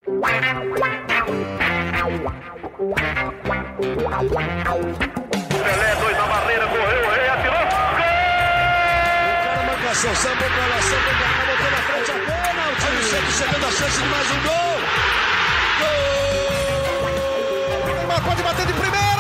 Pelé, 2 na barreira, correu, o rei atirou. Gol! O cara marcação, sambou pra lá, botou na frente a bola. O time sempre chegando a chance de mais um gol. Gol! Neymar pode bater de primeira.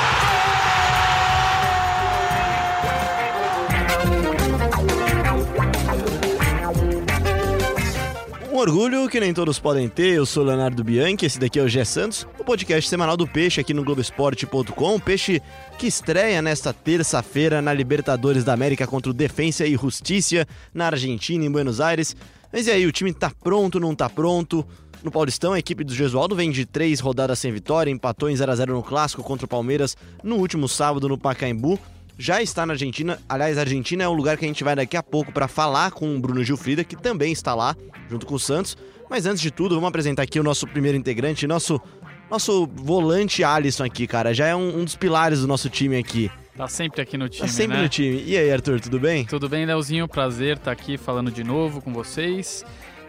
Um orgulho que nem todos podem ter. Eu sou Leonardo Bianchi, esse daqui é o Gé Santos, o podcast semanal do Peixe aqui no Globoesporte.com. Peixe que estreia nesta terça-feira na Libertadores da América contra o Defensa e Justicia na Argentina, em Buenos Aires. Mas e aí, o time tá pronto, não tá pronto? No Paulistão, a equipe do Gesualdo vem de 3 rodadas sem vitória, empatou em 0-0 no Clássico contra o Palmeiras no último sábado no Pacaembu. Já está na Argentina, aliás, a Argentina é o lugar que a gente vai daqui a pouco para falar com o Bruno Gilfrida, que também está lá, junto com o Santos. Mas antes de tudo, vamos apresentar aqui o nosso primeiro integrante, nosso volante Alisson aqui, cara. Já é um dos pilares do nosso time aqui. Tá sempre aqui no time, Tá sempre né? no time. E aí, Arthur, tudo bem? Tudo bem, Leozinho? Prazer estar aqui falando de novo com vocês.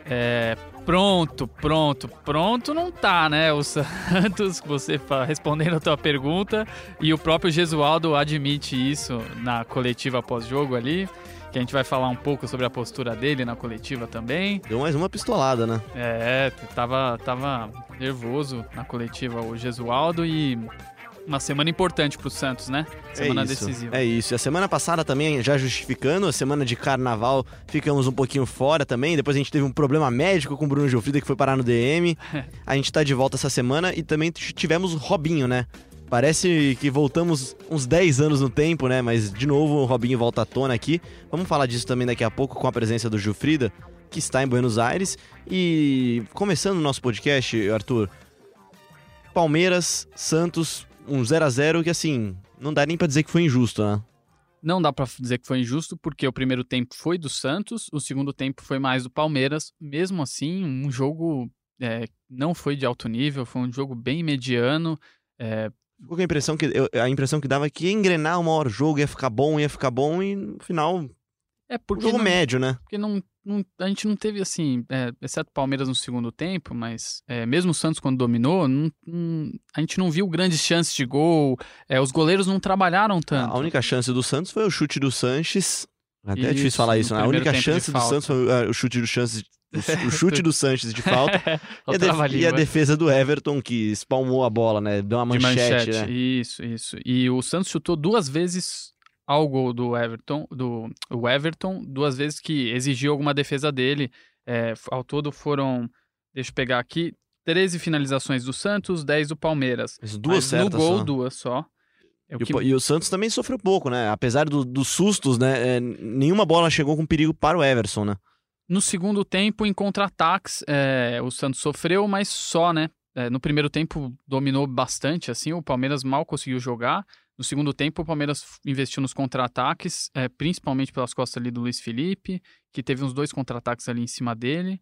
Pronto não tá, né? O Santos, você respondendo a tua pergunta, e o próprio Gesualdo admite isso na coletiva pós-jogo ali, que a gente vai falar um pouco sobre a postura dele na coletiva também. Deu mais uma pistolada, né? Tava nervoso na coletiva o Gesualdo, e uma semana importante pro Santos, né? Semana decisiva. É isso. E a semana passada também, já justificando, a semana de carnaval, ficamos um pouquinho fora também. Depois a gente teve um problema médico com o Bruno Gilfrida, que foi parar no DM. A gente tá de volta essa semana e também tivemos o Robinho, né? Parece que voltamos uns 10 anos no tempo, né? Mas, de novo, o Robinho volta à tona aqui. Vamos falar disso também daqui a pouco com a presença do Gilfrida, que está em Buenos Aires. E começando o nosso podcast, Arthur, Palmeiras, Santos, um 0-0 que, assim, não dá nem pra dizer que foi injusto, né? Não dá pra dizer que foi injusto, porque o primeiro tempo foi do Santos, o segundo tempo foi mais do Palmeiras. Mesmo assim, um jogo não foi de alto nível, foi um jogo bem mediano. Ficou com a impressão que dava que ia engrenar uma hora o jogo, ia ficar bom, e no final, porque jogo médio, né? Porque a gente não teve, assim, exceto o Palmeiras no segundo tempo, mas mesmo o Santos quando dominou, a gente não viu grandes chances de gol, os goleiros não trabalharam tanto. A única chance do Santos foi o chute do Sanches. Até é difícil falar isso, né? A única chance do Santos foi o chute do Sanches. O chute do Sanches de falta e a defesa do Everton, que espalmou a bola, né? Deu uma manchete. Né? Isso. E o Santos chutou 2 vezes ao gol do Everton, o Everton, 2 vezes que exigiu alguma defesa dele. Ao todo foram, deixa eu pegar aqui, 13 finalizações do Santos, 10 do Palmeiras. Mas 2 certas no gol, só. 2 só. E o Santos também sofreu pouco, né? Apesar dos sustos, né? Nenhuma bola chegou com perigo para o Everson, né? No segundo tempo, em contra-ataques, o Santos sofreu, mas só, né? No primeiro tempo dominou bastante, assim, o Palmeiras mal conseguiu jogar. No segundo tempo, o Palmeiras investiu nos contra-ataques, principalmente pelas costas ali do Luiz Felipe, que teve uns 2 contra-ataques ali em cima dele,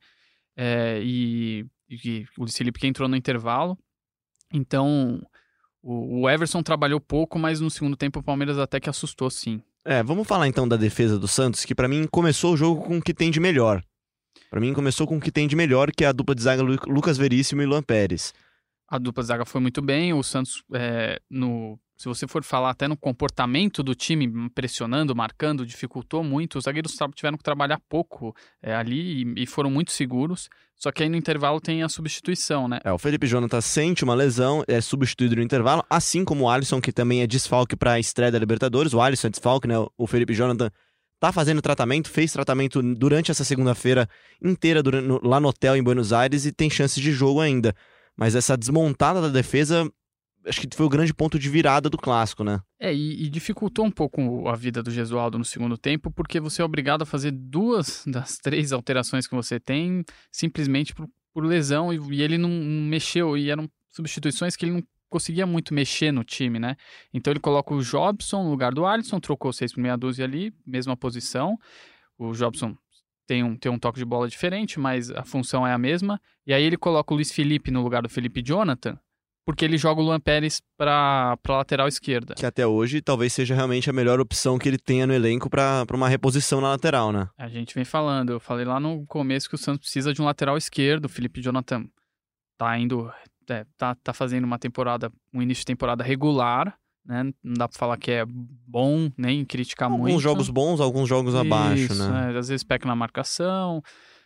e o Luiz Felipe que entrou no intervalo. Então, o Everson trabalhou pouco, mas no segundo tempo o Palmeiras até que assustou, sim. Vamos falar então da defesa do Santos, que pra mim começou o jogo com o que tem de melhor. Pra mim começou com o que tem de melhor, que é a dupla de zaga Lucas Veríssimo e Luan Pérez. A dupla de zaga foi muito bem, o Santos, se você for falar até no comportamento do time, pressionando, marcando, dificultou muito. Os zagueiros tiveram que trabalhar pouco ali e foram muito seguros. Só que aí no intervalo tem a substituição, né? O Felipe Jonathan sente uma lesão, é substituído no intervalo, assim como o Alisson, que também é desfalque para a estreia da Libertadores. O Alisson é desfalque, né? O Felipe Jonathan tá fazendo tratamento, fez tratamento durante essa segunda-feira inteira lá no hotel em Buenos Aires e tem chances de jogo ainda. Mas essa desmontada da defesa, acho que foi o grande ponto de virada do Clássico, né? E dificultou um pouco a vida do Gesualdo no segundo tempo, porque você é obrigado a fazer 2 das 3 alterações que você tem simplesmente por lesão, e ele não mexeu, e eram substituições que ele não conseguia muito mexer no time, né? Então ele coloca o Jobson no lugar do Alisson, trocou 6 por meia dúzia ali, mesma posição. O Jobson tem um toque de bola diferente, mas a função é a mesma. E aí ele coloca o Luiz Felipe no lugar do Felipe Jonathan, porque ele joga o Luan Pérez para lateral esquerda. Que até hoje talvez seja realmente a melhor opção que ele tenha no elenco para uma reposição na lateral, né? A gente vem falando, eu falei lá no começo que o Santos precisa de um lateral esquerdo, o Felipe Jonathan tá fazendo um início de temporada regular, né? Não dá pra falar que é bom, nem criticar muito. Alguns jogos bons, alguns jogos abaixo, né? Às vezes peca na marcação,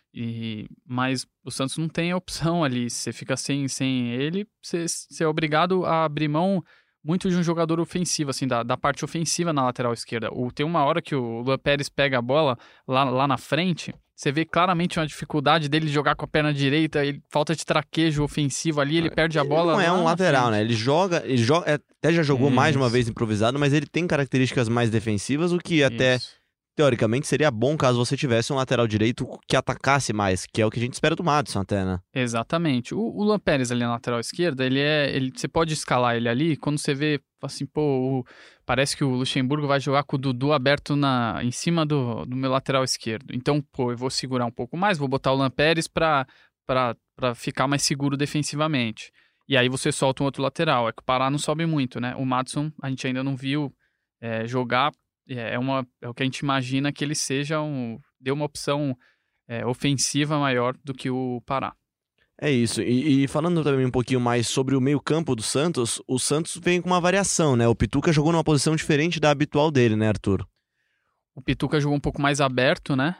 mas o Santos não tem opção ali. Você fica sem ele, você é obrigado a abrir mão muito de um jogador ofensivo, assim, da parte ofensiva na lateral esquerda. Tem uma hora que o Luan Pérez pega a bola lá na frente, você vê claramente uma dificuldade dele jogar com a perna direita, falta de traquejo ofensivo ali, ele perde a bola. Não é um lateral, né? Ele joga, até já jogou mais de uma Isso. vez improvisado, mas ele tem características mais defensivas, o que até, teoricamente, seria bom caso você tivesse um lateral direito que atacasse mais, que é o que a gente espera do Maddison até, né? Exatamente. O Luan Pérez ali na lateral esquerda, você pode escalar ele ali, quando você vê, assim, parece que o Luxemburgo vai jogar com o Dudu aberto em cima do meu lateral esquerdo. Então, eu vou segurar um pouco mais, vou botar o Luan Pérez pra ficar mais seguro defensivamente. E aí você solta um outro lateral. É que o Pará não sobe muito, né? O Maddison, a gente ainda não viu jogar. É o que a gente imagina que ele dê uma opção ofensiva maior do que o Pará. É isso, e falando também um pouquinho mais sobre o meio-campo do Santos, o Santos vem com uma variação, né? O Pituca jogou numa posição diferente da habitual dele, né, Arthur? O Pituca jogou um pouco mais aberto, né?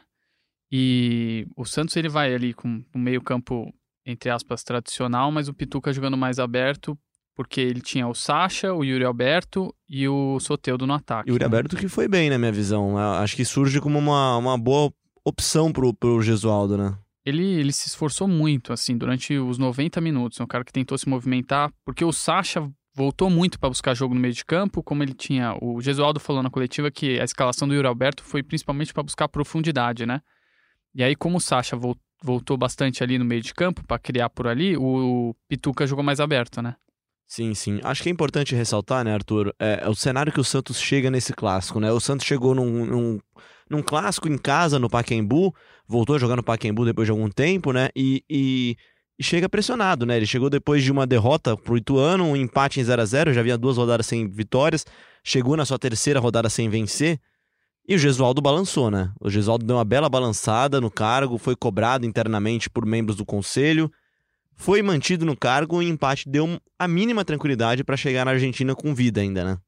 E o Santos ele vai ali com um meio-campo, entre aspas, tradicional, mas o Pituca jogando mais aberto, porque ele tinha o Sacha, o Yuri Alberto e o Soteldo no ataque. Yuri Alberto que foi bem, na minha visão. Acho que surge como uma boa opção pro Gesualdo, né? Ele se esforçou muito, assim, durante os 90 minutos. É um cara que tentou se movimentar, porque o Sacha voltou muito para buscar jogo no meio de campo, como ele tinha... O Gesualdo falou na coletiva que a escalação do Yuri Alberto foi principalmente para buscar profundidade, né? E aí, como o Sacha voltou bastante ali no meio de campo para criar por ali, o Pituca jogou mais aberto, né? Sim. Acho que é importante ressaltar, né, Arthur? É o cenário que o Santos chega nesse clássico, né? O Santos chegou num clássico em casa, no Pacaembu, voltou a jogar no Pacaembu depois de algum tempo, né? E chega pressionado, né? Ele chegou depois de uma derrota pro Ituano, um empate em 0-0, já havia 2 rodadas sem vitórias, chegou na sua terceira rodada sem vencer, e o Gesualdo balançou, né? O Gesualdo deu uma bela balançada no cargo, foi cobrado internamente por membros do conselho, foi mantido no cargo e o empate deu a mínima tranquilidade para chegar na Argentina com vida ainda, né?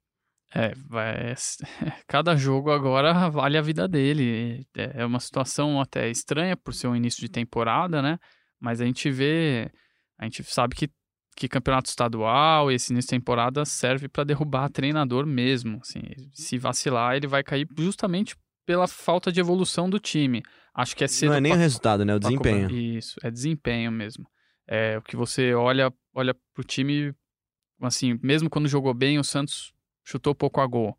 Cada jogo agora vale a vida dele. É uma situação até estranha por ser um início de temporada, né? Mas a gente sabe que campeonato estadual, esse início de temporada serve para derrubar treinador mesmo. Assim, se vacilar, ele vai cair justamente pela falta de evolução do time. Acho que é cedo. Não é nem o resultado, né? O desempenho. Isso, é desempenho mesmo. O que você olha pro time, assim, mesmo quando jogou bem, o Santos chutou pouco a gol.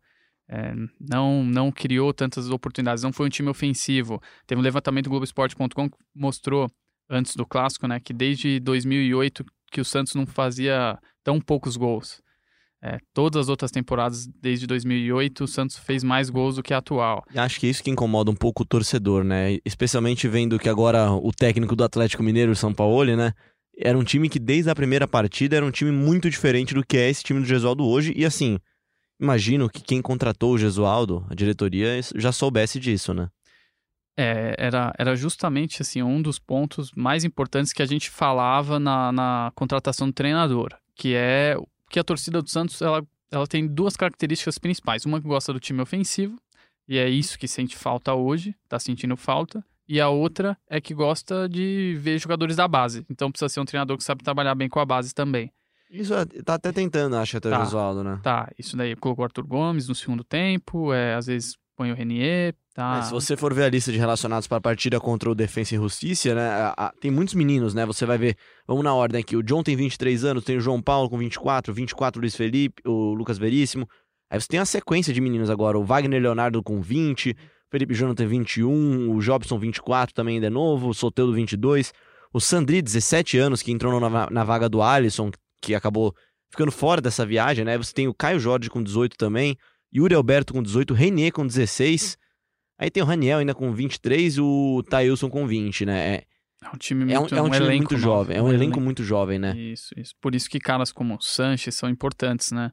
Não criou tantas oportunidades, não foi um time ofensivo. Teve um levantamento do Globoesporte.com que mostrou, antes do Clássico, né, que desde 2008 que o Santos não fazia tão poucos gols. Todas as outras temporadas, desde 2008, o Santos fez mais gols do que a atual. E acho que é isso que incomoda um pouco o torcedor, né? Especialmente vendo que agora o técnico do Atlético Mineiro, o Sampaoli, né? Era um time que desde a primeira partida era um time muito diferente do que é esse time do Gesualdo hoje. E assim, imagino que quem contratou o Gesualdo, a diretoria, já soubesse disso, né? Era justamente assim, um dos pontos mais importantes que a gente falava na contratação do treinador, que é que a torcida do Santos ela tem 2 características principais. Uma que gosta do time ofensivo, e é isso que sente falta hoje, tá sentindo falta. E a outra é que gosta de ver jogadores da base. Então precisa ser um treinador que sabe trabalhar bem com a base também. Isso tá até tentando, acho, até o Gesualdo, né? Tá, isso daí. Colocou o Arthur Gomes no segundo tempo, às vezes põe o Renier, tá? Se você for ver a lista de relacionados para a partida contra o Defensa e Justiça, né? Tem muitos meninos, né? Você vai ver, vamos na ordem aqui. O John tem 23 anos, tem o João Paulo com 24 o Luiz Felipe, o Lucas Veríssimo. Aí você tem a sequência de meninos agora, o Wagner Leonardo com 20, Felipe Júnior tem 21, o Jobson 24 também ainda é novo, o Soteldo 22, o Sandri 17 anos que entrou na vaga do Alisson, que acabou ficando fora dessa viagem, né? Você tem o Caio Jorge com 18 também, Yuri Alberto com 18, Renier com 16, aí tem o Raniel ainda com 23 e o Thailson com 20, né? É um time muito, um time muito jovem, é um elenco elenco muito jovem, né? Isso. Por isso que caras como o Sanches são importantes, né?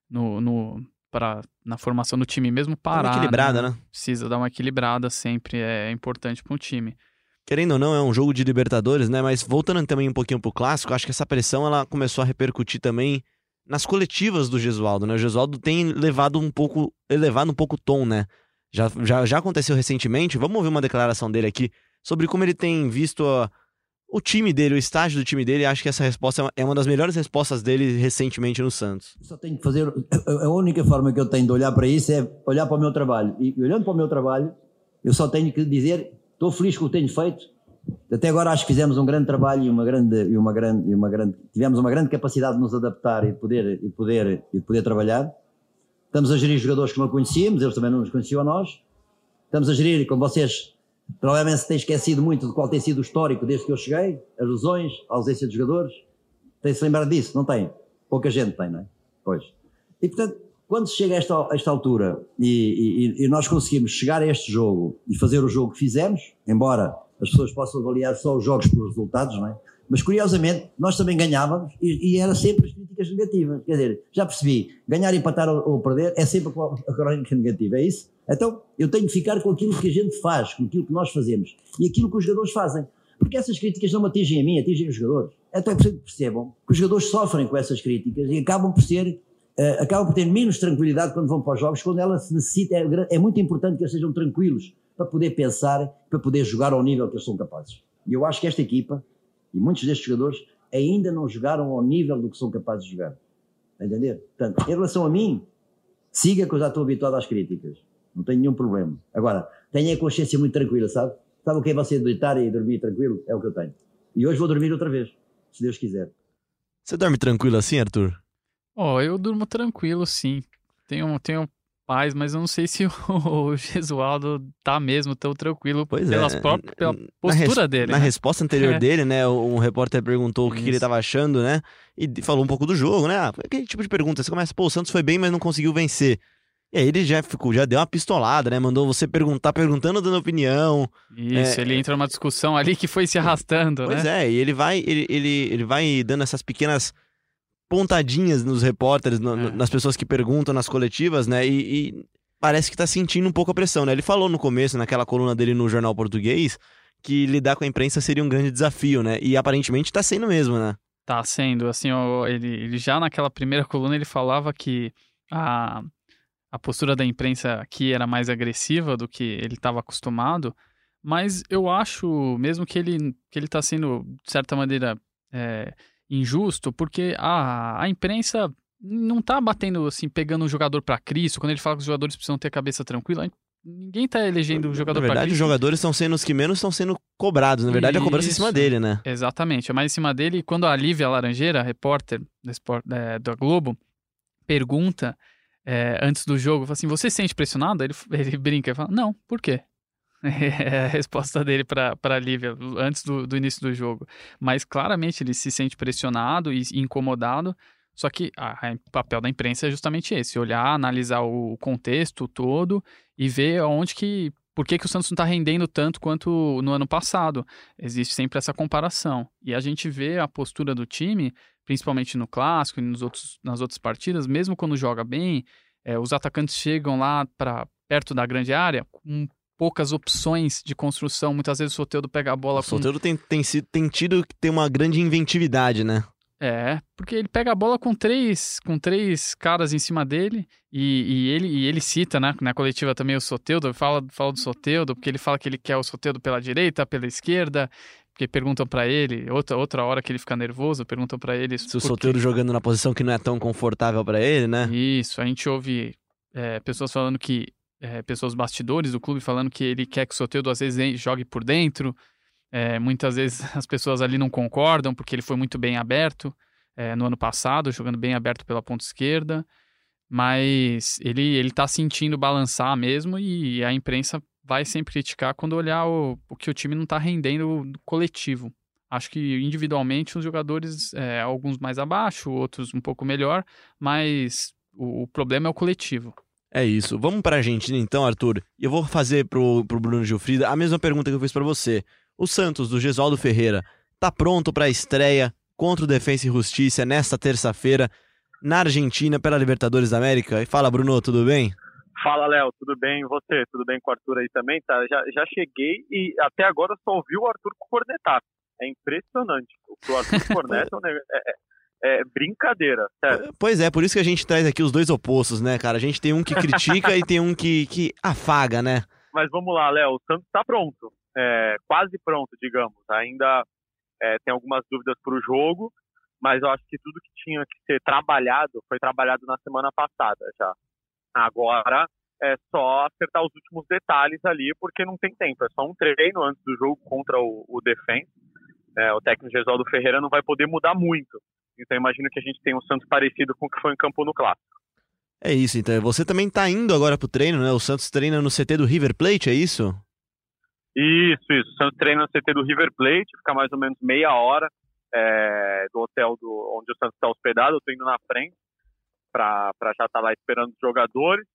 Na formação do time, mesmo parar. Uma equilibrada, né? Precisa dar uma equilibrada sempre, é importante para um time. querendo ou não, é um jogo de Libertadores, né? Mas voltando também um pouquinho pro clássico, acho que essa pressão ela começou a repercutir também nas coletivas do Gesualdo, né? O Gesualdo tem elevado um pouco o tom, né? Já aconteceu recentemente. Vamos ouvir uma declaração dele aqui sobre como ele tem visto o time dele, o estágio do time dele. Acho que essa resposta é uma das melhores respostas dele recentemente no Santos. Só tenho que fazer, a única forma que eu tenho de olhar para isso é olhar para o meu trabalho. E olhando para o meu trabalho, eu só tenho que dizer, estou feliz com o que tenho feito. Até agora acho que fizemos um grande trabalho e tivemos uma grande capacidade de nos adaptar e de poder trabalhar. Estamos a gerir jogadores que não conhecíamos, eles também não nos conheciam a nós. Estamos a gerir, como vocês provavelmente se têm esquecido muito de qual tem sido o histórico desde que eu cheguei, as lesões, a ausência de jogadores. Tem-se lembrado disso? Não tem? Pouca gente tem, não é? Pois. E portanto, quando se chega a esta altura e nós conseguimos chegar a este jogo e fazer o jogo que fizemos, embora as pessoas possam avaliar só os jogos por resultados, não é? Mas curiosamente nós também ganhávamos e era sempre as críticas negativas. Quer dizer, já percebi, ganhar, empatar ou perder é sempre a crónica negativa, é isso? Então eu tenho que ficar com aquilo que a gente faz, com aquilo que nós fazemos e aquilo que os jogadores fazem. Porque essas críticas não me atingem a mim, atingem os jogadores. Até que percebam que os jogadores sofrem com essas críticas e acabam por ter menos tranquilidade quando vão para os jogos, quando ela se necessita. É muito importante que eles sejam tranquilos para poder pensar, para poder jogar ao nível que eles são capazes. E eu acho que esta equipa e muitos destes jogadores ainda não jogaram ao nível do que são capazes de jogar. Está a entender? Portanto, em relação a mim, siga que eu já estou habituado às críticas. Não tenho nenhum problema. Agora, tenha a consciência muito tranquila, sabe? Sabe o que é você deitar e dormir tranquilo? É o que eu tenho. E hoje vou dormir outra vez, se Deus quiser. Você dorme tranquilo assim, Arthur? Eu durmo tranquilo, sim. Tenho paz, mas eu não sei se o Gesualdo tá mesmo tão tranquilo pela postura dele. Na né? resposta anterior dele, né, um repórter perguntou o que ele tava achando, né, e falou um pouco do jogo, né, aquele tipo de pergunta, você começa, o Santos foi bem, mas não conseguiu vencer. E aí ele já deu uma pistolada, né, mandou você perguntando, dando opinião. Isso, ele entra numa discussão ali que foi se arrastando, pois né? Pois é, e ele vai dando essas pequenas pontadinhas nos repórteres, nas pessoas que perguntam nas coletivas, né, e parece que tá sentindo um pouco a pressão, né, ele falou no começo, naquela coluna dele no Jornal Português, que lidar com a imprensa seria um grande desafio, né, e aparentemente tá sendo mesmo, né. Tá sendo, assim, ele já naquela primeira coluna ele falava que a postura da imprensa aqui era mais agressiva do que ele estava acostumado, mas eu acho mesmo que ele tá sendo, de certa maneira, injusto, porque a imprensa não tá batendo, assim, pegando um jogador para Cristo. Quando ele fala que os jogadores precisam ter a cabeça tranquila, ninguém tá elegendo o jogador para Cristo. Na verdade, os jogadores estão sendo os que menos estão sendo cobrados. Na verdade, a cobrança é em cima dele, né? Exatamente, é mais em cima dele. E quando a Lívia Laranjeira, repórter da Globo, pergunta antes do jogo, fala assim, você se sente pressionado? Ele brinca e fala, não, por quê? É a resposta dele para a Lívia antes do início do jogo. Mas claramente ele se sente pressionado e incomodado. Só que o papel da imprensa é justamente esse: olhar, analisar o contexto todo e ver por que o Santos não está rendendo tanto quanto no ano passado. Existe sempre essa comparação. E a gente vê a postura do time, principalmente no Clássico e nas outras partidas, mesmo quando joga bem, os atacantes chegam lá para perto da grande área com poucas opções de construção. Muitas vezes o Soteldo pega a bola... O Soteldo tem tido que ter uma grande inventividade, né? Porque ele pega a bola com três caras em cima dele e ele cita, né, na coletiva também o Soteldo, fala do Soteldo, porque ele fala que ele quer o Soteldo pela direita, pela esquerda, porque perguntam pra ele, outra hora que ele fica nervoso, perguntam pra ele... Se o Soteldo jogando na posição que não é tão confortável pra ele, né? Isso, a gente ouve pessoas falando que... pessoas bastidores do clube falando que ele quer que o Soteldo às vezes jogue por dentro. Muitas vezes as pessoas ali não concordam porque ele foi muito bem aberto no ano passado, jogando bem aberto pela ponta esquerda, mas ele tá sentindo balançar mesmo e a imprensa vai sempre criticar quando olhar o que o time não tá rendendo no coletivo. Acho que individualmente os jogadores, alguns mais abaixo, outros um pouco melhor, mas o problema é o coletivo. É isso. Vamos pra Argentina então, Arthur. E eu vou fazer pro Bruno Gilfrida a mesma pergunta que eu fiz pra você. O Santos, do Gesualdo Ferreira, tá pronto pra estreia contra o Defensa e Justiça nesta terça-feira na Argentina pela Libertadores da América? E fala, Bruno, tudo bem? Fala, Léo, tudo bem? E você? Tudo bem com o Arthur aí também? Tá, já cheguei e até agora só ouvi o Arthur cornetar. É impressionante. O que o Arthur corneta é brincadeira, sério. Pois é, por isso que a gente traz aqui os dois opostos, né, cara? A gente tem um que critica e tem um que afaga, né? Mas vamos lá, Léo, o Santos tá pronto. Quase pronto, digamos. Ainda tem algumas dúvidas pro jogo, mas eu acho que tudo que tinha que ser trabalhado foi trabalhado na semana passada já. Agora é só acertar os últimos detalhes ali, porque não tem tempo. É só um treino antes do jogo contra o Defensa. O técnico Gesualdo Ferreira não vai poder mudar muito. Então imagino que a gente tem um Santos parecido com o que foi em campo no Clássico. É isso, então. Você também tá indo agora pro treino, né? O Santos treina no CT do River Plate, é isso? Isso. O Santos treina no CT do River Plate, fica mais ou menos meia hora do hotel onde o Santos está hospedado. Eu tô indo na frente para já estar lá esperando os jogadores.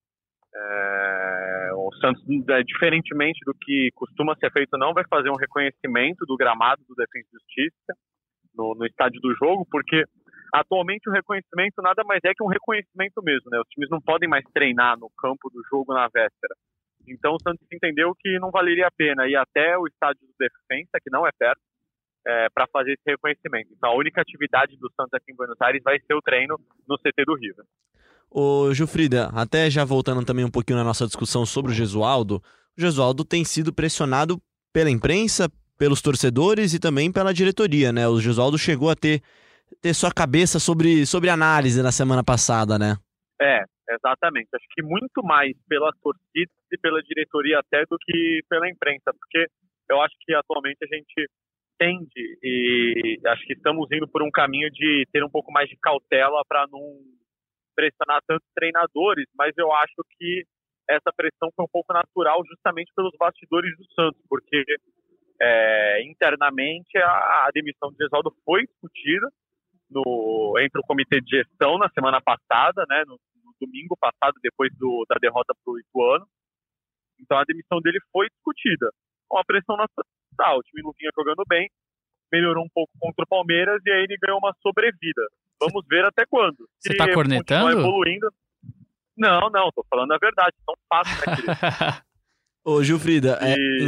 O Santos, diferentemente do que costuma ser feito, não vai fazer um reconhecimento do gramado do Defensa e Justiça no estádio do jogo, porque atualmente o reconhecimento nada mais é que um reconhecimento mesmo, né? Os times não podem mais treinar no campo do jogo na véspera. Então o Santos entendeu que não valeria a pena ir até o estádio do Defensa, que não é perto, para fazer esse reconhecimento. Então a única atividade do Santos aqui em Buenos Aires vai ser o treino no CT do River. Ô Gilfrida, até já voltando também um pouquinho na nossa discussão sobre o Gesualdo tem sido pressionado pela imprensa, pelos torcedores e também pela diretoria, né? O Gesualdo chegou a ter sua cabeça sobre análise na semana passada, né? Exatamente. Acho que muito mais pela torcida e pela diretoria até do que pela imprensa, porque eu acho que atualmente a gente tende e acho que estamos indo por um caminho de ter um pouco mais de cautela para não pressionar tantos treinadores, mas eu acho que essa pressão foi um pouco natural justamente pelos bastidores do Santos, porque internamente a demissão de Gesualdo foi discutida entre o comitê de gestão na semana passada, né, no domingo passado, depois da derrota para o Ituano. Então a demissão dele foi discutida. Com a pressão natural, o time não vinha jogando bem, melhorou um pouco contra o Palmeiras e aí ele ganhou uma sobrevida. Vamos ver até quando. Você tá cornetando? Evoluindo. Não, tô falando a verdade. Não faço, né, querido? Ô Gilfrida,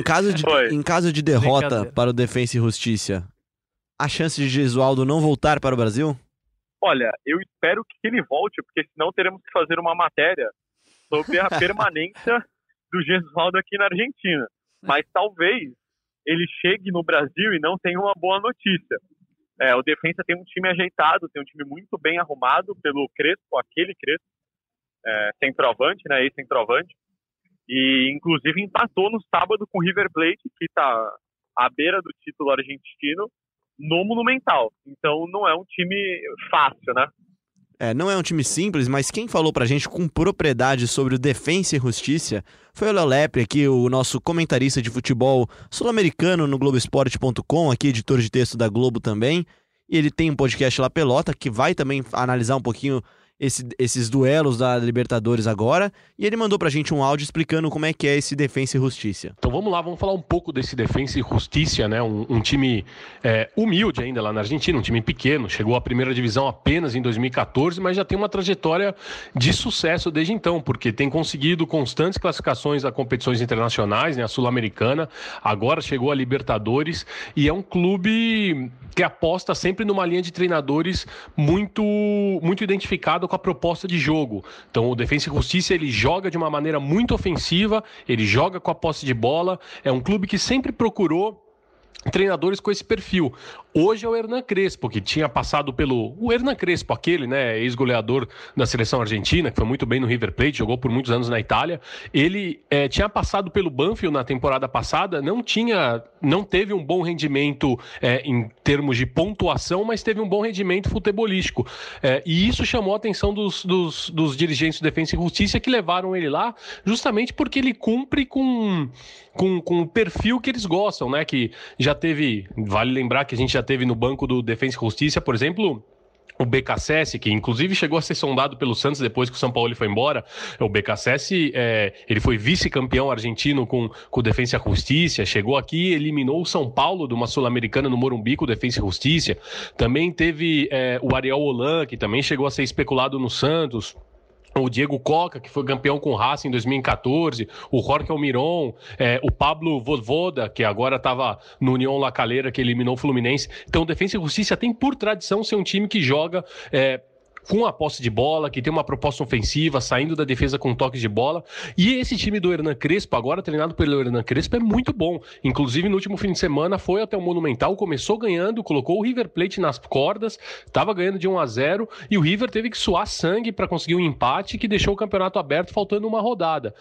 em caso de derrota para o Defensa e Justiça, a chance de Gesualdo não voltar para o Brasil? Olha, eu espero que ele volte, porque senão teremos que fazer uma matéria sobre a permanência do Gesualdo aqui na Argentina. Mas talvez ele chegue no Brasil e não tenha uma boa notícia. O Defensa tem um time ajeitado, tem um time muito bem arrumado pelo Crespo, aquele Crespo, centroavante, né, ex-centroavante, e inclusive empatou no sábado com o River Plate, que está à beira do título argentino, no Monumental. Então não é um time fácil, né? Não é um time simples, mas quem falou pra gente com propriedade sobre o Defensa e Justiça foi o Léo Lepre, aqui, o nosso comentarista de futebol sul-americano no Globoesporte.com, aqui editor de texto da Globo também. E ele tem um podcast lá, Pelota, que vai também analisar um pouquinho esses duelos da Libertadores agora, e ele mandou pra gente um áudio explicando como é que é esse Defensa e Justiça. Então vamos lá, vamos falar um pouco desse Defensa e Justiça, né? Um time humilde ainda lá na Argentina, um time pequeno, chegou à primeira divisão apenas em 2014, mas já tem uma trajetória de sucesso desde então, porque tem conseguido constantes classificações a competições internacionais, né? A Sul-Americana, agora chegou a Libertadores, e é um clube que aposta sempre numa linha de treinadores muito identificado com a proposta de jogo. Então o Defensa e Justiça, ele joga de uma maneira muito ofensiva, ele joga com a posse de bola, é um clube que sempre procurou treinadores com esse perfil. Hoje é o Hernan Crespo, que tinha passado o Hernan Crespo, aquele, né, ex-goleador da seleção argentina, que foi muito bem no River Plate, jogou por muitos anos na Itália. Ele tinha passado pelo Banfield na temporada passada, não teve um bom rendimento em termos de pontuação, mas teve um bom rendimento futebolístico. E isso chamou a atenção dos dirigentes do Defensa e Justiça, que levaram ele lá justamente porque ele cumpre com o perfil que eles gostam, né? Que já teve, vale lembrar que a gente já teve no banco do Defensa e Justiça, por exemplo, o BKSS, que inclusive chegou a ser sondado pelo Santos depois que o São Paulo foi embora. O BKSS, ele foi vice-campeão argentino com o Defensa e Justiça, chegou aqui, eliminou o São Paulo de uma Sul-Americana no Morumbi com o Defensa e Justiça. Também teve o Ariel Holan, que também chegou a ser especulado no Santos. o Diego Coca, que foi campeão com o Racing em 2014, o Jorge Almiron, o Pablo Vojvoda, que agora estava no União La Calera, que eliminou o Fluminense. Então, o Defensa e Justiça tem por tradição ser um time que joga com a posse de bola, que tem uma proposta ofensiva, saindo da defesa com toques de bola. E esse time do Hernan Crespo, agora treinado pelo Hernan Crespo, é muito bom. Inclusive, no último fim de semana, foi até o Monumental, começou ganhando, colocou o River Plate nas cordas, estava ganhando de 1-0, e o River teve que suar sangue para conseguir um empate que deixou o campeonato aberto, faltando uma rodada.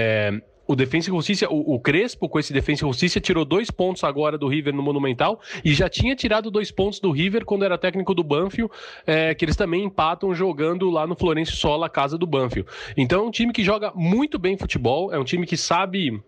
O Defensa e Justiça, o Crespo, com esse Defensa e Justiça, tirou 2 pontos agora do River no Monumental e já tinha tirado 2 pontos do River quando era técnico do Banfield, que eles também empatam jogando lá no Florencio Sola, a casa do Banfield. Então é um time que joga muito bem futebol, é um time que sabe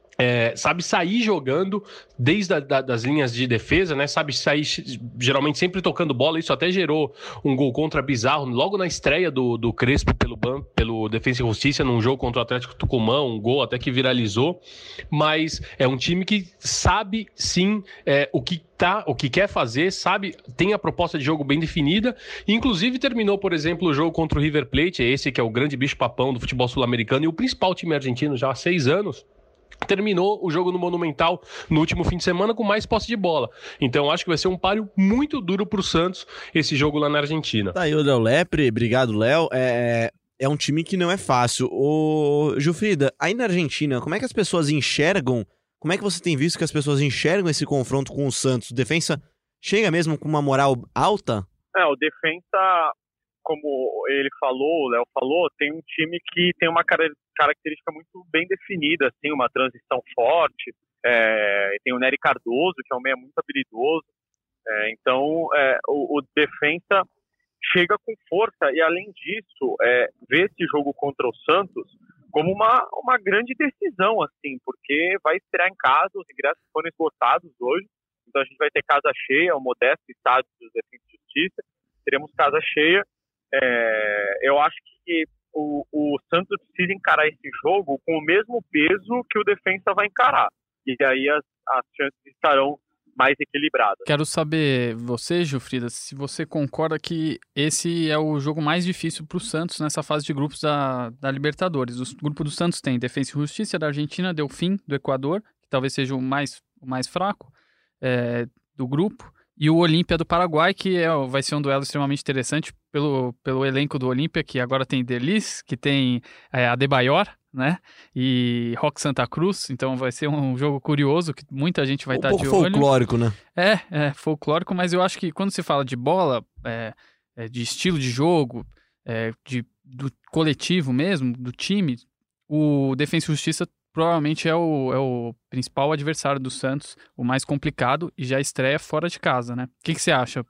sair jogando desde das linhas de defesa, né? Sabe sair geralmente sempre tocando bola. Isso até gerou um gol contra bizarro logo na estreia do Crespo pelo Defensa e Justiça num jogo contra o Atlético Tucumã, um gol até que viralizou. Mas é um time que sabe sim o que quer fazer, sabe, tem a proposta de jogo bem definida, inclusive terminou, por exemplo, o jogo contra o River Plate, esse que é o grande bicho-papão do futebol sul-americano e o principal time argentino já há 6 anos, terminou o jogo no Monumental no último fim de semana com mais posse de bola. Então acho que vai ser um páreo muito duro pro Santos esse jogo lá na Argentina. Tá aí o Léo Lepre, obrigado, Léo. É um time que não é fácil. Ô, Gilfrida, aí na Argentina, como é que as pessoas enxergam, como é que você tem visto que as pessoas enxergam esse confronto com o Santos? O Defensa chega mesmo com uma moral alta? O Defensa, como ele falou, o Léo falou, tem um time que tem uma característica muito bem definida, assim, uma transição forte. Tem o Nery Cardoso, que é um meia muito habilidoso. Então, o Defensa chega com força e, além disso, vê esse jogo contra o Santos como uma grande decisão, assim, porque vai estrear em casa, os ingressos foram esgotados hoje, então a gente vai ter casa cheia, o modesto estádio do Defensa e Justiça, teremos casa cheia. Eu acho que o Santos precisa encarar esse jogo com o mesmo peso que o Defensa vai encarar. E aí as chances estarão mais equilibradas. Quero saber, você, Gilfrida, se você concorda que esse é o jogo mais difícil para o Santos nessa fase de grupos da Libertadores. O grupo do Santos tem Defensa e Justiça da Argentina, Delfim do Equador, que talvez seja o mais fraco do grupo, e o Olímpia do Paraguai, que vai ser um duelo extremamente interessante pelo elenco do Olímpia, que agora tem Delis, que tem Adebayor, né? E Roque Santa Cruz. Então vai ser um jogo curioso, que muita gente vai estar de olho. Um pouco folclórico, né? Folclórico, mas eu acho que quando se fala de bola, de estilo de jogo, do coletivo mesmo, do time, o Defensa e Justiça provavelmente é o principal adversário do Santos, o mais complicado, e já estreia fora de casa, né? O que você acha?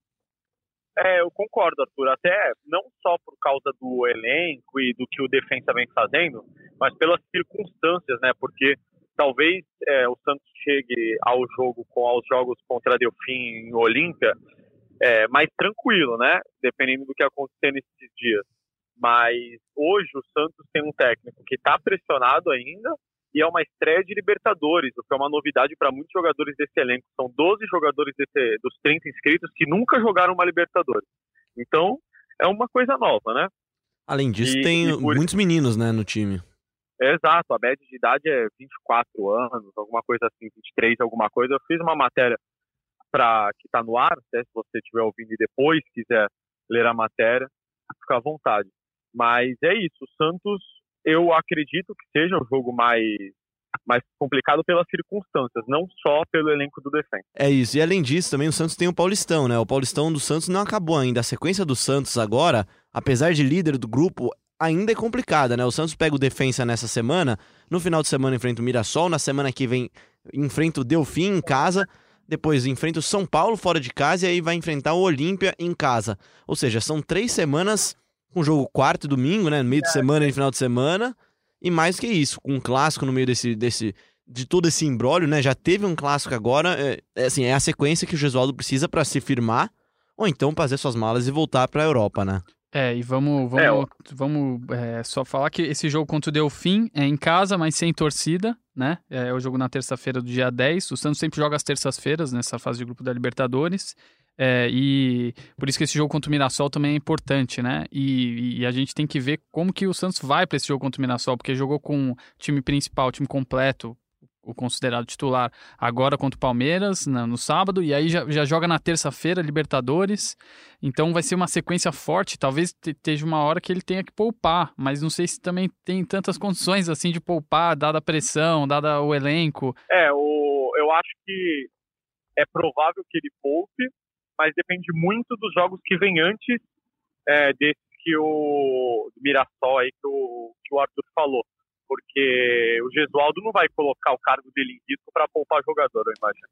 Eu concordo, Arthur, até não só por causa do elenco e do que o Defensa vem fazendo, mas pelas circunstâncias, né? Porque talvez o Santos chegue aos jogos contra a Delfim e Olímpia mais tranquilo, né? Dependendo do que acontecer nesses dias. Mas hoje o Santos tem um técnico que está pressionado ainda e é uma estreia de Libertadores, o que é uma novidade para muitos jogadores desse elenco. São 12 jogadores dos 30 inscritos que nunca jogaram uma Libertadores. Então, é uma coisa nova, né? Além disso, tem muitos meninos, né, no time. Exato, a média de idade é 24 anos, alguma coisa assim, 23, alguma coisa. Eu fiz uma matéria que está no ar, até se você estiver ouvindo e depois quiser ler a matéria, fica à vontade. Mas é isso, o Santos, eu acredito que seja um jogo mais complicado pelas circunstâncias, não só pelo elenco do Defensa. É isso, e além disso também o Santos tem o Paulistão, né? O Paulistão do Santos não acabou ainda. A sequência do Santos agora, apesar de líder do grupo, ainda é complicada, né? O Santos pega o Defensa nessa semana, no final de semana enfrenta o Mirassol, na semana que vem enfrenta o Delfim em casa, depois enfrenta o São Paulo fora de casa e aí vai enfrentar o Olímpia em casa. Ou seja, são 3 semanas com jogo quarto e domingo, né? No meio de semana e final de semana. E mais que isso, com um clássico no meio de todo esse imbróglio, né? Já teve um clássico agora. É a sequência que o Gesualdo precisa para se firmar ou então fazer suas malas e voltar para a Europa, né? E vamos só falar que esse jogo contra o Delfim é em casa, mas sem torcida, né? É o jogo na terça-feira do dia 10. O Santos sempre joga às terças-feiras nessa fase de grupo da Libertadores. E por isso que esse jogo contra o Mirassol também é importante, né? E a gente tem que ver como que o Santos vai para esse jogo contra o Mirassol, porque jogou com o time principal, o time completo, o considerado titular, agora contra o Palmeiras, no sábado, e aí já joga na terça-feira, Libertadores, então vai ser uma sequência forte, talvez esteja uma hora que ele tenha que poupar, mas não sei se também tem tantas condições assim de poupar, dada a pressão, dada o elenco. Eu acho que é provável que ele poupe, mas depende muito dos jogos que vem antes desse que o Mirassol aí que o Arthur falou. Porque o Gesualdo não vai colocar o cargo dele em risco para poupar jogador, eu imagino.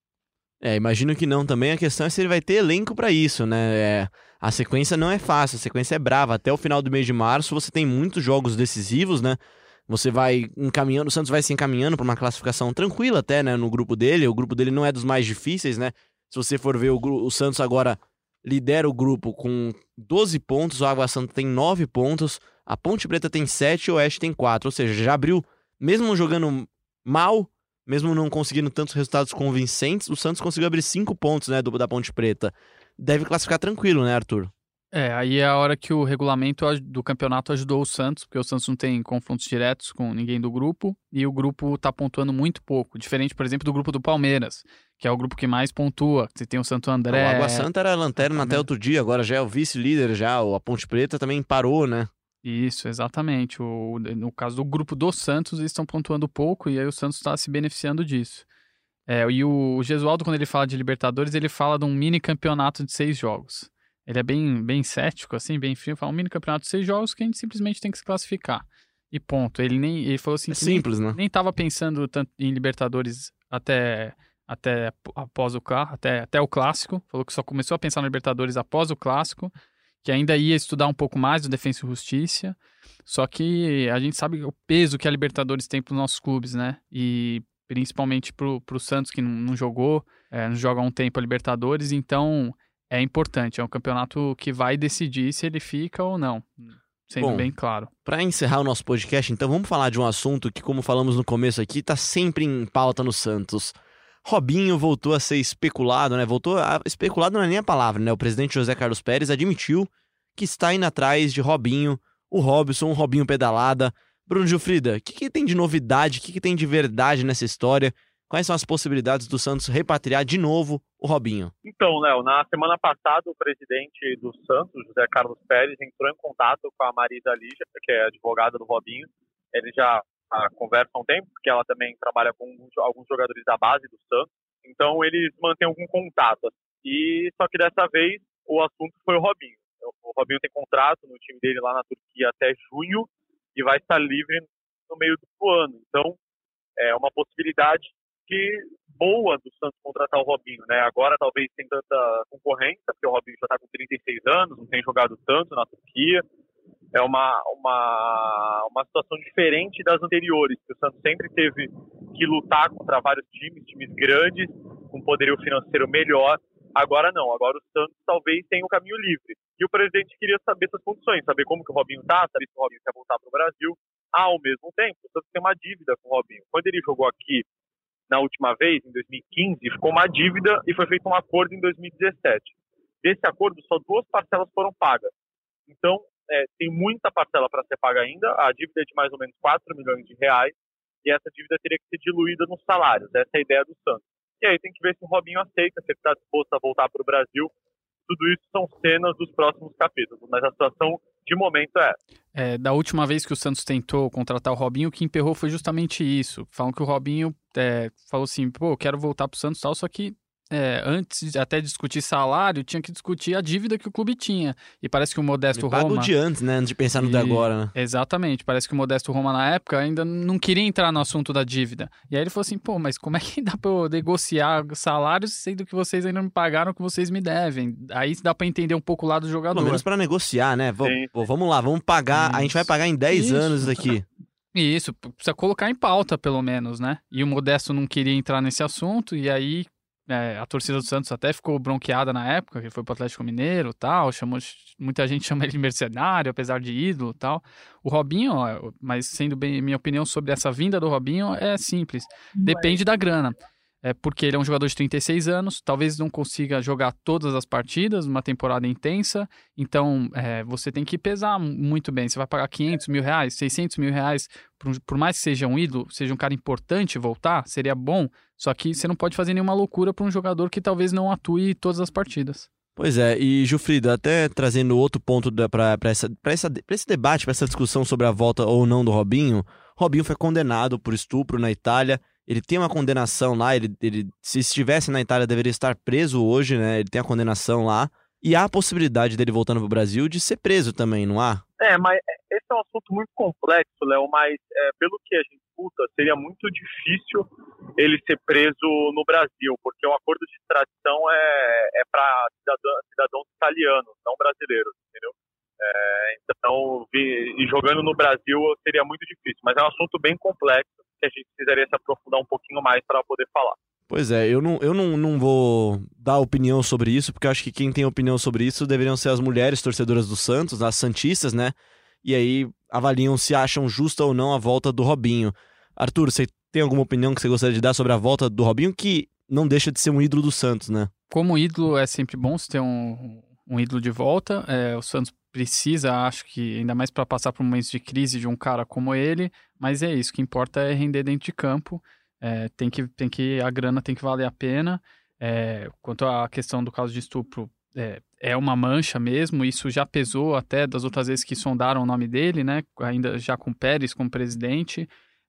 Imagino que não também. A questão é se ele vai ter elenco para isso, né? A sequência não é fácil, a sequência é brava. Até o final do mês de março você tem muitos jogos decisivos, né? Você vai encaminhando, o Santos vai se encaminhando para uma classificação tranquila até, né? No grupo dele. O grupo dele não é dos mais difíceis, né? Se você for ver, o Santos agora lidera o grupo com 12 pontos, o Água Santa tem 9 pontos, a Ponte Preta tem 7 e o Oeste tem 4, ou seja, já abriu, mesmo jogando mal, mesmo não conseguindo tantos resultados convincentes, o Santos conseguiu abrir 5 pontos, né, da Ponte Preta. Deve classificar tranquilo, né, Arthur? Aí é a hora que o regulamento do campeonato ajudou o Santos, porque o Santos não tem confrontos diretos com ninguém do grupo, e o grupo tá pontuando muito pouco, diferente, por exemplo, do grupo do Palmeiras, que é o grupo que mais pontua. Você tem o Santo André... O Água Santa era lanterna até outro dia, agora já é o vice-líder, já a Ponte Preta também parou, né? Isso, exatamente. No caso do grupo do Santos, eles estão pontuando pouco, e aí o Santos está se beneficiando disso. E o Gesualdo, quando ele fala de Libertadores, ele fala de um mini campeonato de 6 jogos. Ele é bem cético, assim, bem frio, fala um mini campeonato de 6 jogos que a gente simplesmente tem que se classificar. E ponto. Ele falou assim... simples, né? Nem estava pensando tanto em Libertadores até após até o Clássico. Falou que só começou a pensar no Libertadores após o Clássico, que ainda ia estudar um pouco mais do Defensa e Justiça. Só que a gente sabe o peso que a Libertadores tem para os nossos clubes, né? E principalmente para o Santos, que não jogou, não joga há um tempo a Libertadores, então... É importante, é um campeonato que vai decidir se ele fica ou não, sendo bem claro. Para encerrar o nosso podcast, então, vamos falar de um assunto que, como falamos no começo aqui, tá sempre em pauta no Santos. Robinho voltou a ser especulado, né? Especulado não é nem a palavra, né? O presidente José Carlos Pérez admitiu que está indo atrás de Robinho, o Robinho pedalada. Bruno Gilfrida, o que tem de novidade, o que tem de verdade nessa história? Quais são as possibilidades do Santos repatriar de novo o Robinho? Então, Léo, na semana passada o presidente do Santos, José Carlos Pérez, entrou em contato com a Marisa Lígia, que é advogada do Robinho. Eles já conversam há um tempo, porque ela também trabalha com alguns jogadores da base do Santos. Então eles mantêm algum contato. Só que dessa vez o assunto foi o Robinho. O Robinho tem contrato no time dele lá na Turquia até junho e vai estar livre no meio do ano. Então é uma possibilidade boa do Santos contratar o Robinho, né? Agora talvez tem tanta concorrência, porque o Robinho já está com 36 anos, não tem jogado tanto na Turquia. É uma situação diferente das anteriores, que o Santos sempre teve que lutar contra vários times grandes, com poderio financeiro melhor. Agora não, agora o Santos talvez tenha um caminho livre. E o presidente queria saber essas condições, saber como que o Robinho está, saber se o Robinho quer voltar para o Brasil. Ao mesmo tempo, o Santos tem uma dívida com o Robinho. Quando ele jogou aqui na última vez, em 2015, ficou uma dívida e foi feito um acordo em 2017. Desse acordo, só 2 parcelas foram pagas. Então, tem muita parcela para ser paga ainda. A dívida é de mais ou menos 4 milhões de reais e essa dívida teria que ser diluída nos salários. Essa é a ideia do Santos. E aí tem que ver se o Robinho aceita, se ele está disposto a voltar para o Brasil. Tudo isso são cenas dos próximos capítulos, mas a situação de momento é. Da última vez que o Santos tentou contratar o Robinho, o que emperrou foi justamente isso. Falam que o Robinho falou assim, eu quero voltar pro Santos e tal, só que antes de até discutir salário, tinha que discutir a dívida que o clube tinha. E parece que o Modesto Roma... Paga o de antes, né? Antes de pensar no de agora, né? Exatamente. Parece que o Modesto Roma, na época, ainda não queria entrar no assunto da dívida. E aí ele falou assim, mas como é que dá pra eu negociar salários sendo que vocês ainda não me pagaram o que vocês me devem? Aí dá pra entender um pouco o lado do jogador. Pelo menos pra negociar, né? Vamos lá, vamos pagar. Isso. A gente vai pagar em 10 anos isso aqui. Isso, precisa colocar em pauta, pelo menos, né? E o Modesto não queria entrar nesse assunto, e aí a torcida do Santos até ficou bronqueada na época, que ele foi pro Atlético Mineiro e tal, muita gente chama ele de mercenário, apesar de ídolo e tal. O Robinho, mas sendo bem minha opinião sobre essa vinda do Robinho, é simples, depende da grana. porque ele é um jogador de 36 anos, talvez não consiga jogar todas as partidas numa temporada intensa, então você tem que pesar muito bem. Você vai pagar R$500 mil, R$600 mil, por mais que seja um ídolo, seja um cara importante voltar, seria bom, só que você não pode fazer nenhuma loucura para um jogador que talvez não atue todas as partidas. Pois é, e Gilfrida, até trazendo outro ponto para esse debate, para essa discussão sobre a volta ou não do Robinho foi condenado por estupro na Itália. Ele tem uma condenação lá, ele se estivesse na Itália deveria estar preso hoje, né? Ele tem a condenação lá. E há a possibilidade dele voltando pro Brasil de ser preso também, não há? Mas esse é um assunto muito complexo, Léo, mas pelo que a gente escuta, seria muito difícil ele ser preso no Brasil, porque o acordo de extradição é para cidadãos italianos, não brasileiros, entendeu? Então, jogando no Brasil seria muito difícil, mas é um assunto bem complexo que a gente precisaria se aprofundar um pouquinho mais para poder falar. Pois é, eu não vou dar opinião sobre isso, porque eu acho que quem tem opinião sobre isso deveriam ser as mulheres torcedoras do Santos, as santistas, né? E aí avaliam se acham justa ou não a volta do Robinho. Arthur, você tem alguma opinião que você gostaria de dar sobre a volta do Robinho, que não deixa de ser um ídolo do Santos, né? Como ídolo é sempre bom se ter um ídolo de volta. O Santos precisa, acho que, ainda mais para passar por momentos de crise de um cara como ele, mas é isso, o que importa é render dentro de campo, a grana tem que valer a pena. Quanto à questão do caso de estupro, é uma mancha mesmo, isso já pesou até das outras vezes que sondaram o nome dele, né, ainda já com Pérez como presidente,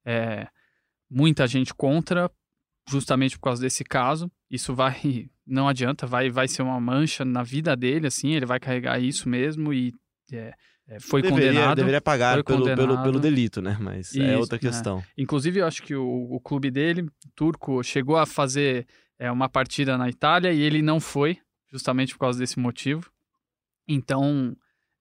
muita gente contra, justamente por causa desse caso. Isso não adianta, vai ser uma mancha na vida dele, assim, ele vai carregar isso mesmo e foi condenado. Deveria pagar pelo delito, né? Mas isso, é outra questão. Inclusive, eu acho que o clube dele, turco, chegou a fazer uma partida na Itália e ele não foi, justamente por causa desse motivo. Então,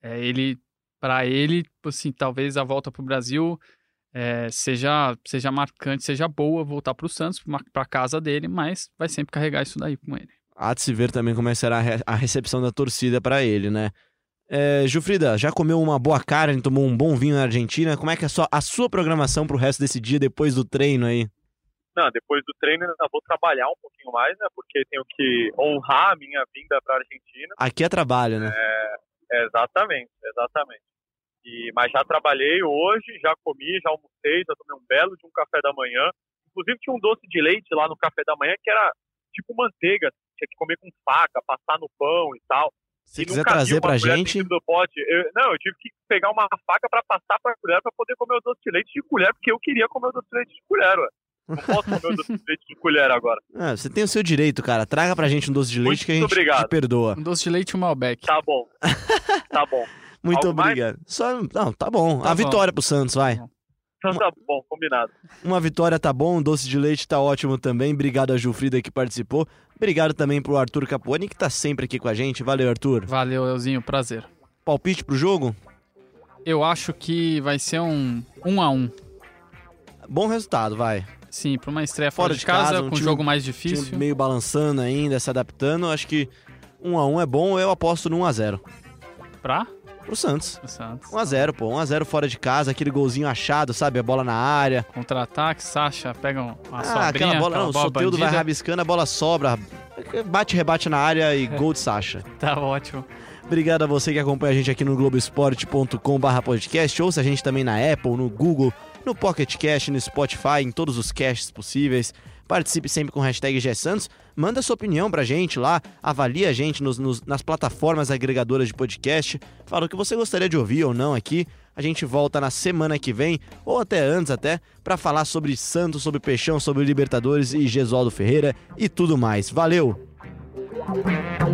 para ele, assim, talvez a volta para o Brasil seja marcante, seja boa voltar para o Santos, para a casa dele, mas vai sempre carregar isso daí com ele. Há de se ver também como será a recepção da torcida para ele, né? Gilfrida, já comeu uma boa carne, tomou um bom vinho na Argentina? Como é que é a sua programação pro resto desse dia, depois do treino aí? Não, depois do treino eu ainda vou trabalhar um pouquinho mais, né? Porque tenho que honrar a minha vinda pra Argentina. Aqui é trabalho, né? Exatamente. Mas já trabalhei hoje, já comi, já almocei, já tomei um belo de um café da manhã. Inclusive tinha um doce de leite lá no café da manhã que era tipo manteiga, tinha que comer com faca, passar no pão e tal. Se quiser trazer pra gente... eu tive que pegar uma faca pra passar pra colher pra poder comer o doce de leite de colher, porque eu queria comer o doce de leite de colher, ué. Não posso comer o doce de leite de colher agora. Você tem o seu direito, cara. Traga pra gente um doce de leite que a gente te perdoa. Um doce de leite e um Malbec. Tá bom. Muito obrigado. Tá bom. A vitória pro Santos, vai. Então tá bom, combinado. Uma vitória tá bom, um doce de leite tá ótimo também. Obrigado a Gilfrida que participou. Obrigado também pro Arthur Capuani, que tá sempre aqui com a gente. Valeu, Arthur. Valeu, Elzinho, prazer. Palpite pro jogo? Eu acho que vai ser um 1-1. Bom resultado, vai. Sim, pra uma estreia fora de casa, com um jogo mais difícil. Meio balançando ainda, se adaptando. Acho que 1-1 é bom, eu aposto no 1-0. Pro Santos. 1-0, pô. 1-0 fora de casa, aquele golzinho achado, sabe? A bola na área. Contra-ataque, Sacha pega uma sobrinha. Aquela bola, o Soteldo vai rabiscando, a bola sobra. Bate, rebate na área e gol de Sacha. Tá ótimo. Obrigado a você que acompanha a gente aqui no Globoesporte.com/podcast. Ouça a gente também na Apple, no Google, no Pocket Cast, no Spotify, em todos os casts possíveis. Participe sempre com o hashtag GSantos. Manda sua opinião pra gente lá. Avalie a gente nas plataformas agregadoras de podcast. Fala o que você gostaria de ouvir ou não aqui. A gente volta na semana que vem, ou até antes pra falar sobre Santos, sobre Peixão, sobre Libertadores e Gesualdo Ferreira e tudo mais. Valeu!